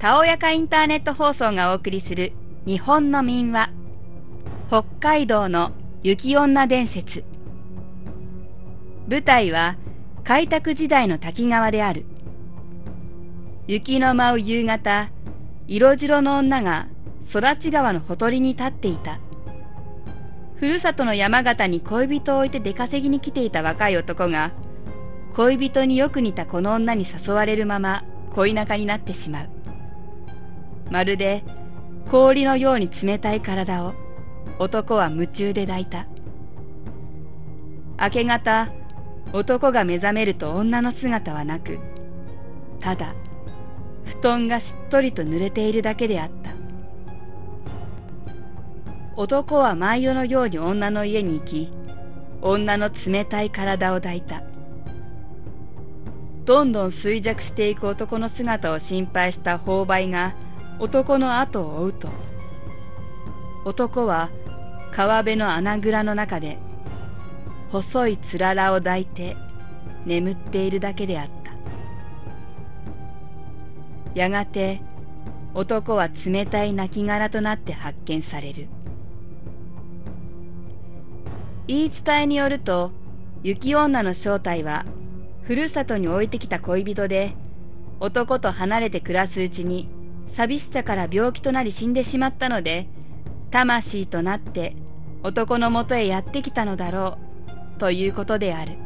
たおやかインターネット放送がお送りする日本の民話、北海道の雪女伝説。舞台は開拓時代の滝川である。雪の舞う夕方、色白の女が空知川のほとりに立っていた。ふるさとの山形に恋人を置いて出稼ぎに来ていた若い男が、恋人によく似たこの女に誘われるまま恋仲になってしまう。まるで氷のように冷たい体を男は夢中で抱いた。明け方、男が目覚めると女の姿はなく、ただ布団がしっとりと濡れているだけであった。男は毎夜のように女の家に行き、女の冷たい体を抱いた。どんどん衰弱していく男の姿を心配した購買が男の後を追うと、男は川辺の穴蔵の中で細いつららを抱いて眠っているだけであった。やがて男は冷たい亡骸となって発見される。言い伝えによると、雪女の正体はふるさとに置いてきた恋人で、男と離れて暮らすうちに寂しさから病気となり死んでしまったので、魂となって男のもとへやってきたのだろうということである。